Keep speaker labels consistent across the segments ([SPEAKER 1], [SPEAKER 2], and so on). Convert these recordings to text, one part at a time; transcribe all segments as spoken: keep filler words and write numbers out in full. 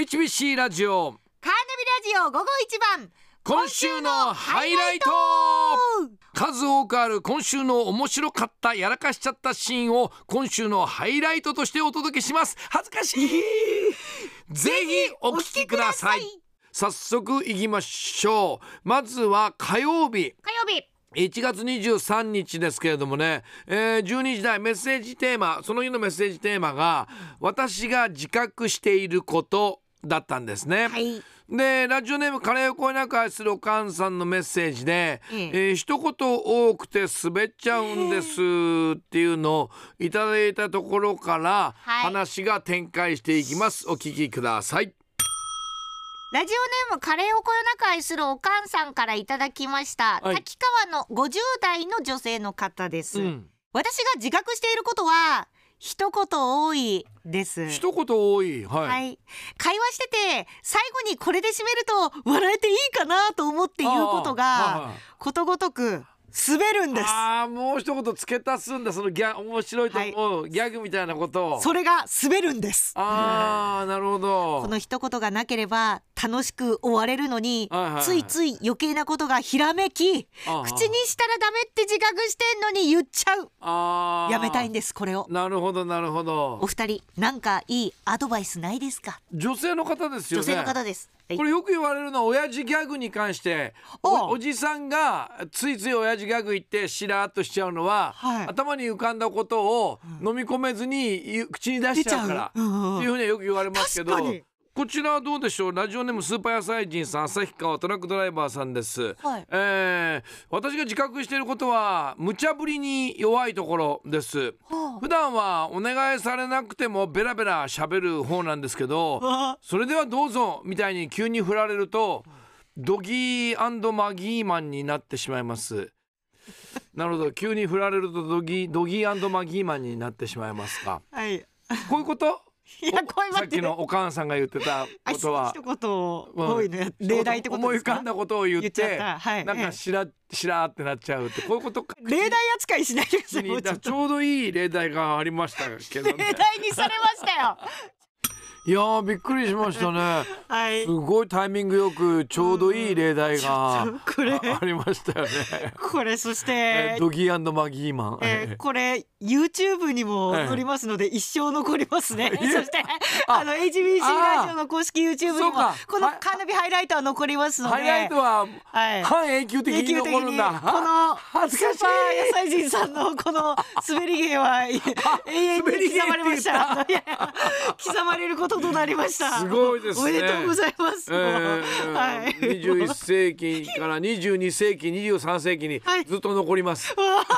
[SPEAKER 1] エイチビーシー ラジオ
[SPEAKER 2] カーナビラジオ午後一番、
[SPEAKER 1] 今週のハイライト。数多くある今週の面白かったやらかしちゃったシーンを今週のハイライトとしてお届けします。恥ずかしいぜひお聞きください。早速いきましょう。まずは火曜日
[SPEAKER 2] 火曜日
[SPEAKER 1] いちがつにじゅうさんにちですけれどもね、えー、じゅうにじ台メッセージテーマ、その日のメッセージテーマが私が自覚していることだったんですね、
[SPEAKER 2] はい、
[SPEAKER 1] でラジオネームカレーをこよなく愛するおかんさんのメッセージで、
[SPEAKER 2] うん
[SPEAKER 1] えー、一言多くて滑っちゃうんですっていうのをいただいたところから話が展開していきます、はい、お聞きください。
[SPEAKER 2] ラジオネームカレーをこよなく愛するおかんさんからいただきました、はい、滝川のごじゅう代の女性の方です、うん、私が自覚していることは一言多いです。
[SPEAKER 1] 一言多い、はい
[SPEAKER 2] はい、会話してて最後にこれで締めると笑えていいかなと思って言うことが、はい、ことごとく滑るんです。
[SPEAKER 1] ああ、もう一言付け足すんだ。そのギャ面白いと思う、はい、ギャグみたいなことを、
[SPEAKER 2] それが滑るんです。
[SPEAKER 1] ああなるほど。
[SPEAKER 2] この一言がなければ楽しく終われるのに、はいはいはい、ついつい余計なことがひらめき、口にしたらダメって自覚してんのに言っちゃう。あやめたいんです、これを。
[SPEAKER 1] なるほどなるほど。
[SPEAKER 2] お二人なんかいいアドバイスないですか？
[SPEAKER 1] 女性の方ですよね。
[SPEAKER 2] 女性の方です。
[SPEAKER 1] これよく言われるのは親父ギャグに関して お, おじさんがついつい親父ギャグ言ってしらーっとしちゃうのは、はい、頭に浮かんだことを飲み込めずに口に出しちゃうから、うん、っていうふうにはよく言われますけど、こちらはどうでしょう。ラジオネームスーパー野菜人さん、旭川トラックドライバーさんです、はい、えー、私が自覚していることは無茶ぶりに弱いところです、はあ、普段はお願いされなくてもベラベラ喋る方なんですけど、はあ、それではどうぞみたいに急に振られるとドギー&マギーマンになってしまいますなるほど、急に振られるとドギー、ドギー&マギーマンになってしまいますか、はい、こういうこと
[SPEAKER 2] いやこう
[SPEAKER 1] さっきのお母さんが言ってたことは
[SPEAKER 2] 一言多いね、うん、例題ってことですか？
[SPEAKER 1] 思い浮かんだことを言って、
[SPEAKER 2] はい、
[SPEAKER 1] なんかしらしらってなっちゃうってこういうことか。
[SPEAKER 2] 例題扱いしないでください。
[SPEAKER 1] ちょうどいい例題がありましたけど、ね、
[SPEAKER 2] 例題にされましたよ
[SPEAKER 1] いやーびっくりしましたね、はい、すごいタイミングよくちょうどいい例題が、うん、これ あ, ありましたよね
[SPEAKER 2] これそして、え
[SPEAKER 1] ー、ドギー&マギーマン、
[SPEAKER 2] えー、これ YouTube にも載りますので、えー、一生残りますねそしてあの エイチビーシー ラジオの公式 YouTube にもこのカーナビハイライトは残りますので、
[SPEAKER 1] ハイライトは半永久的に残るんだ。
[SPEAKER 2] この恥ずかしいスーパー野菜人さんのこの滑り芸は永遠に刻まれました刻まれることとなりました。
[SPEAKER 1] すごいですね。
[SPEAKER 2] おめでとうございます、え
[SPEAKER 1] ーはい、にじゅういっせいきからにじゅうにせいきにじゅうさんせいきにずっと残ります、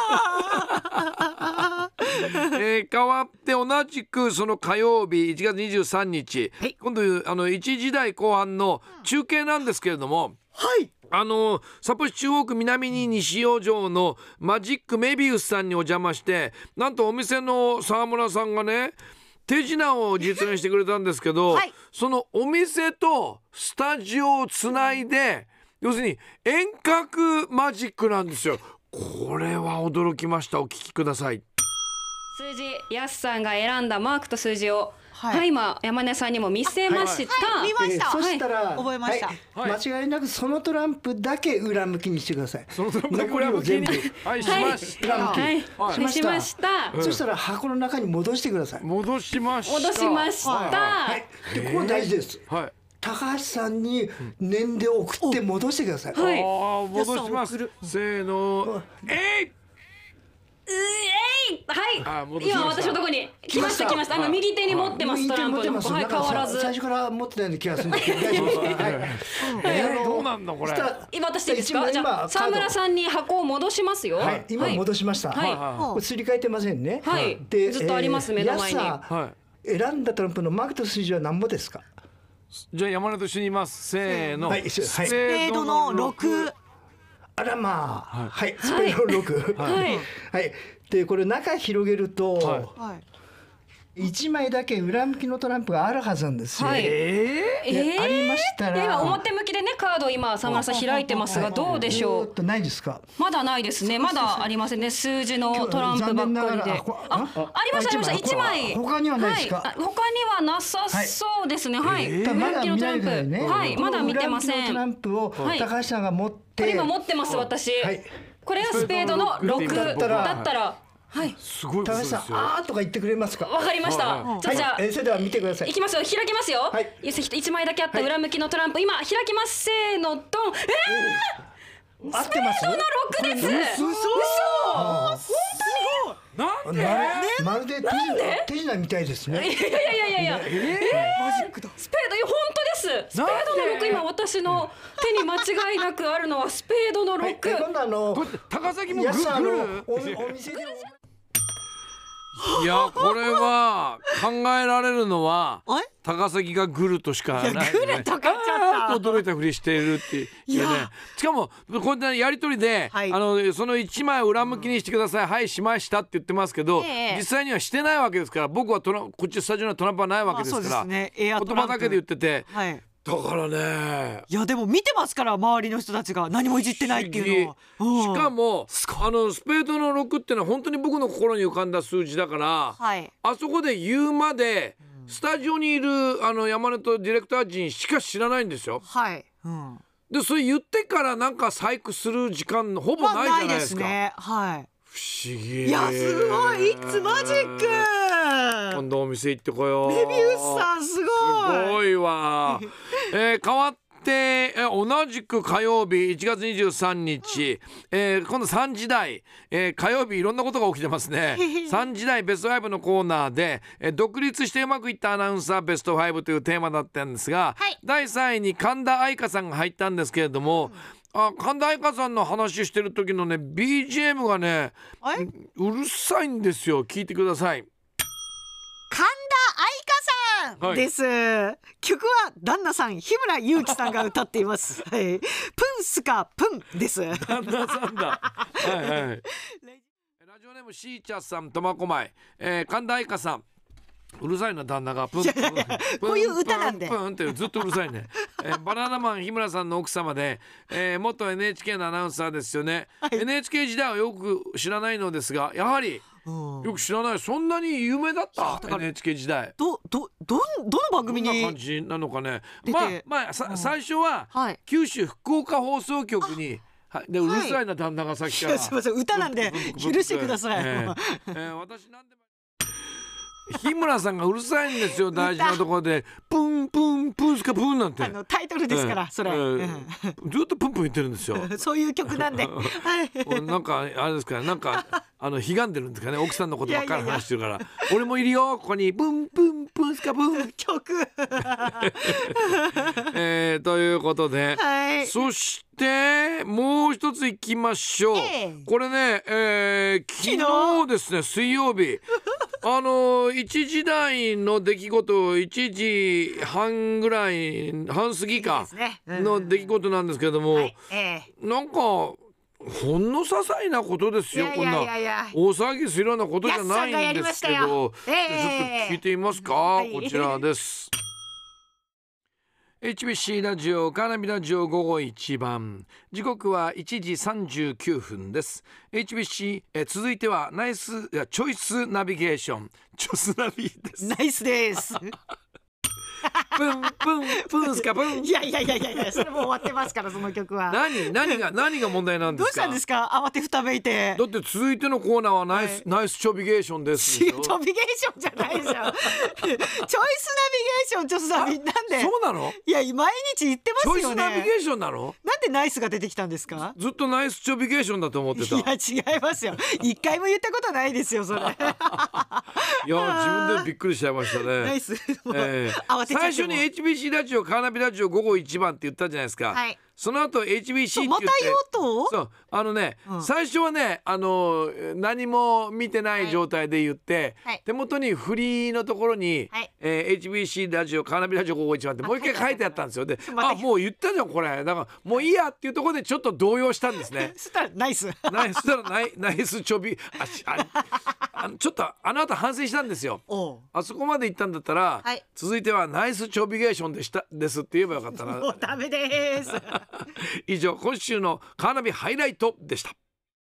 [SPEAKER 1] はい、えー、変わって同じくその火曜日いちがつにじゅうさんにち、はい、今度あのいちじ台後半の中継なんですけれども、はい、あの札幌市中央区南に西四条のマジックメビウスさんにお邪魔して、なんとお店の沢村さんがね手品を実演してくれたんですけど、はい、そのお店とスタジオをつないで、要するに遠隔マジックなんですよ。これは驚きました。お聞きください。
[SPEAKER 3] 数字、やすさんが選んだマークと数字を、はいはい、今山根さんにも見せました、
[SPEAKER 2] はいはい、見ました、
[SPEAKER 4] えー、そしたら、
[SPEAKER 2] はい、覚えました、
[SPEAKER 4] はい、間違いなくそのトランプだけ裏向きにしてください。
[SPEAKER 1] そのトランプだけ裏向きに、はい、しました、
[SPEAKER 3] はいはい、しました、
[SPEAKER 4] うん、そしたら箱の中に戻してください。
[SPEAKER 1] 戻しました
[SPEAKER 3] 戻しました、
[SPEAKER 4] はい、でこれ大事です、はい、高橋さんに念で送って戻してください、
[SPEAKER 1] はい、あ戻します。せーの、えい
[SPEAKER 3] うえい、はい、今私のところに来ました来ました。あの右手に持ってます、トランプの、はい、変わらず
[SPEAKER 4] 最初から持ってないような気がするんですけど大丈夫ですか？はい、
[SPEAKER 1] えー、どうなんだこれ。
[SPEAKER 3] 今渡していいですか？じゃあ沢村さんに箱を戻しますよ。
[SPEAKER 4] はい、今戻しました、はいはい、これすり替えてませんね、
[SPEAKER 3] はい、でずっとあります、えー、目の前に。
[SPEAKER 4] はい、選んだトランプのマークと数字は何ぼですか？
[SPEAKER 1] じゃあ山根と一緒にいます。せーの、
[SPEAKER 4] はい、
[SPEAKER 2] スペードのろく。
[SPEAKER 4] あらまあ、はい、スペードのろく、はい、はい、でこれ中広げると、はい、 一枚だけ裏向きのトランプがあるはずなんですよ。
[SPEAKER 3] はい、え
[SPEAKER 4] ー、ありましたら、
[SPEAKER 3] 今表向きでねカードを今沢村さん開いてますが、どうでしょう。
[SPEAKER 4] ずっとないですか。
[SPEAKER 3] まだないですね。まだありませんね。数字のトランプばっかりで。あ、ありましたありました。一枚。
[SPEAKER 4] 他にはないですか。
[SPEAKER 3] はい、他にはなさそうですね。はい。
[SPEAKER 4] えー、まだ見ないぐらいね。
[SPEAKER 3] はい、まだ見てません。
[SPEAKER 4] トランプを高橋さんが持って、
[SPEAKER 3] これ今持ってます私。はい、これがスペードの六だったら。はい。
[SPEAKER 1] すごい
[SPEAKER 4] 高橋さん、あーとか言ってくれますか。
[SPEAKER 3] わかりました。
[SPEAKER 4] はい、じゃあ、えー、それでは見てください。
[SPEAKER 3] いきますよ。開きますよ。はい。一枚だけあった裏向きのトランプ、今開きます。せーのドン。えー、スペードの六です。嘘。嘘。
[SPEAKER 1] なんで？
[SPEAKER 4] まるで手品みたいですね。
[SPEAKER 3] いやいやいやいやいや。えー、マジックだ。スペード、本当です。スペードの六、今私の手に間違いなくあるのはスペードの六。
[SPEAKER 4] 今度あの
[SPEAKER 1] 高崎もグル
[SPEAKER 4] お店で。
[SPEAKER 1] いやこれは考えられるのは高崎がグルとしかない、ね、
[SPEAKER 2] グルとかちょっ
[SPEAKER 1] と驚いたふりしているっていうね。しかもこういったやり取りで、はい、あのそのいちまいを裏向きにしてください、うん、はいしましたって言ってますけど、えー、実際にはしてないわけですから、僕はトラこっちスタジオにはトランプはないわけですから、まあ
[SPEAKER 2] ね、
[SPEAKER 1] 言葉だけで言ってて、
[SPEAKER 2] はい、
[SPEAKER 1] だからね、
[SPEAKER 2] いやでも見てますから、周りの人たちが何もいじってないっていうのは、
[SPEAKER 1] うん、しかもあのスペードのろくっていうのは本当に僕の心に浮かんだ数字だから、はい、あそこで言うまでスタジオにいるあの山根とディレクター陣しか知らないんですよ。
[SPEAKER 2] はい、うん、
[SPEAKER 1] でそれ言ってからなんか細工する時間ほぼないじゃないですか。
[SPEAKER 2] まあ、ないですね。はい。
[SPEAKER 1] 不思議。
[SPEAKER 2] いやすごい、いつマジック。
[SPEAKER 1] 今度お店行ってこよう。
[SPEAKER 2] メビウスさんすごい。
[SPEAKER 1] すごいわ。えー、変わって、えー、同じく火曜日いちがつにじゅうさんにち、えー、今度さんじ台、えー、火曜日いろんなことが起きてますね。さんじ台ベストファイブのコーナーで、えー、独立してうまくいったアナウンサーベストファイブというテーマだったんですが、はい、だいさんいに神田愛花さんが入ったんですけれども、うん、あ神田愛花さんの話してる時のね ビージーエム がねうるさいんですよ。聞いてください。
[SPEAKER 2] 神田愛花さんです、はい、曲は旦那さん日村勇紀さんが歌っています、はい、プンスカプンです。
[SPEAKER 1] 旦那さんだ。はいはい。ラジオネームシーチャーさん苫小牧、えー、神田愛花さんうるさいな旦那がプンプンプン
[SPEAKER 2] こういう歌なんで
[SPEAKER 1] プンプンってずっとうるさいね。えー、バナナマン日村さんの奥様で、えー、元 エヌエイチケー のアナウンサーですよね、はい、エヌエイチケー 時代はよく知らないのですがやはりよく知らない。そんなに有名だった エヌエイチケー 時代。
[SPEAKER 2] どどどどの番組に
[SPEAKER 1] どんな感じなのかね。まあまあさ最初は九州福岡放送局にはいでうるさいな旦那がさっきから。
[SPEAKER 2] すみません歌なんで許してください。えー
[SPEAKER 1] えー、私なんでも日村さんがうるさいんですよ。大事なところでプンプンプンスカプンなんて
[SPEAKER 2] あのタイトルですから、えー、それ、え
[SPEAKER 1] ー、ずっとプンプン言ってるんですよ。
[SPEAKER 2] そういう曲なんで、はい、
[SPEAKER 1] なんかあれですからなんかあの悲願でるんですかね。奥さんのことばっかり話してるから。いやいやいや俺もいるよここにプンプンプンスカプン
[SPEAKER 2] 曲、
[SPEAKER 1] えー、ということで、はい、そしてもう一ついきましょう、えー、これね、えー、昨日ですね水曜日あのいちじ台の出来事いちじはんぐらい半過ぎかの出来事なんですけども、はいえー、なんかほんの些細なことですよ。こんな大騒ぎするようなことじゃないんですけど、えー、ちょっと聞いてみますか、はい、こちらです。エイチビーシー ラジオカーナビラジオ午後一番、時刻はいちじさんじゅうきゅうふんです。 エイチビーシー え続いてはナイスいやチョイスナビゲーションチョスナビです。
[SPEAKER 2] ナイスです
[SPEAKER 1] プンプンプンスカプン。
[SPEAKER 2] いやいやいやいやいやそれもう終わってますからその曲は。
[SPEAKER 1] 何何が何が問題なんですか。
[SPEAKER 2] どうしたんですか慌てふためいて。
[SPEAKER 1] だって続いてのコーナーはナイス、はい、ナイスチョビゲーションです。
[SPEAKER 2] チョビゲーションじゃないじゃんチョイスナビゲーションチョスナビなんで。
[SPEAKER 1] そうなの。
[SPEAKER 2] いや毎日言ってますよね。
[SPEAKER 1] チョイスナビゲーションなの。
[SPEAKER 2] なんでナイスが出てきたんですか。
[SPEAKER 1] ずっとナイスチョビゲーションだと思ってた。
[SPEAKER 2] いや違いますよ一回も言ったことないですよそれいや
[SPEAKER 1] 自分でびっくりしちゃいましたね。ナ
[SPEAKER 2] イス、えー、
[SPEAKER 1] 最初に エイチビーシー ラジオカーナビラジオ午後一番って言ったじゃないですか、はい、その後 エイチビーシー って言って
[SPEAKER 2] また言おうと
[SPEAKER 1] そうあのね、うん、最初はねあの何も見てない状態で言って、はい、手元にフリーのところに、はいえー、エイチビーシー ラジオカーナビラジオ午後一番ってもう一回書いてあったんですよ。であもう言ったじゃんこれだからもういいやっていうところでちょっと動揺したんですね
[SPEAKER 2] そしたらナイス
[SPEAKER 1] ナイスしたらナイナイスちょびあああのちょっとあの後反省したんですよ。あそこまで行ったんだったら、はい、続いてはナイスチョビゲーションでしたですって言えばよかったな。
[SPEAKER 2] もうダメです
[SPEAKER 1] 以上今週のカーナビハイライトでした。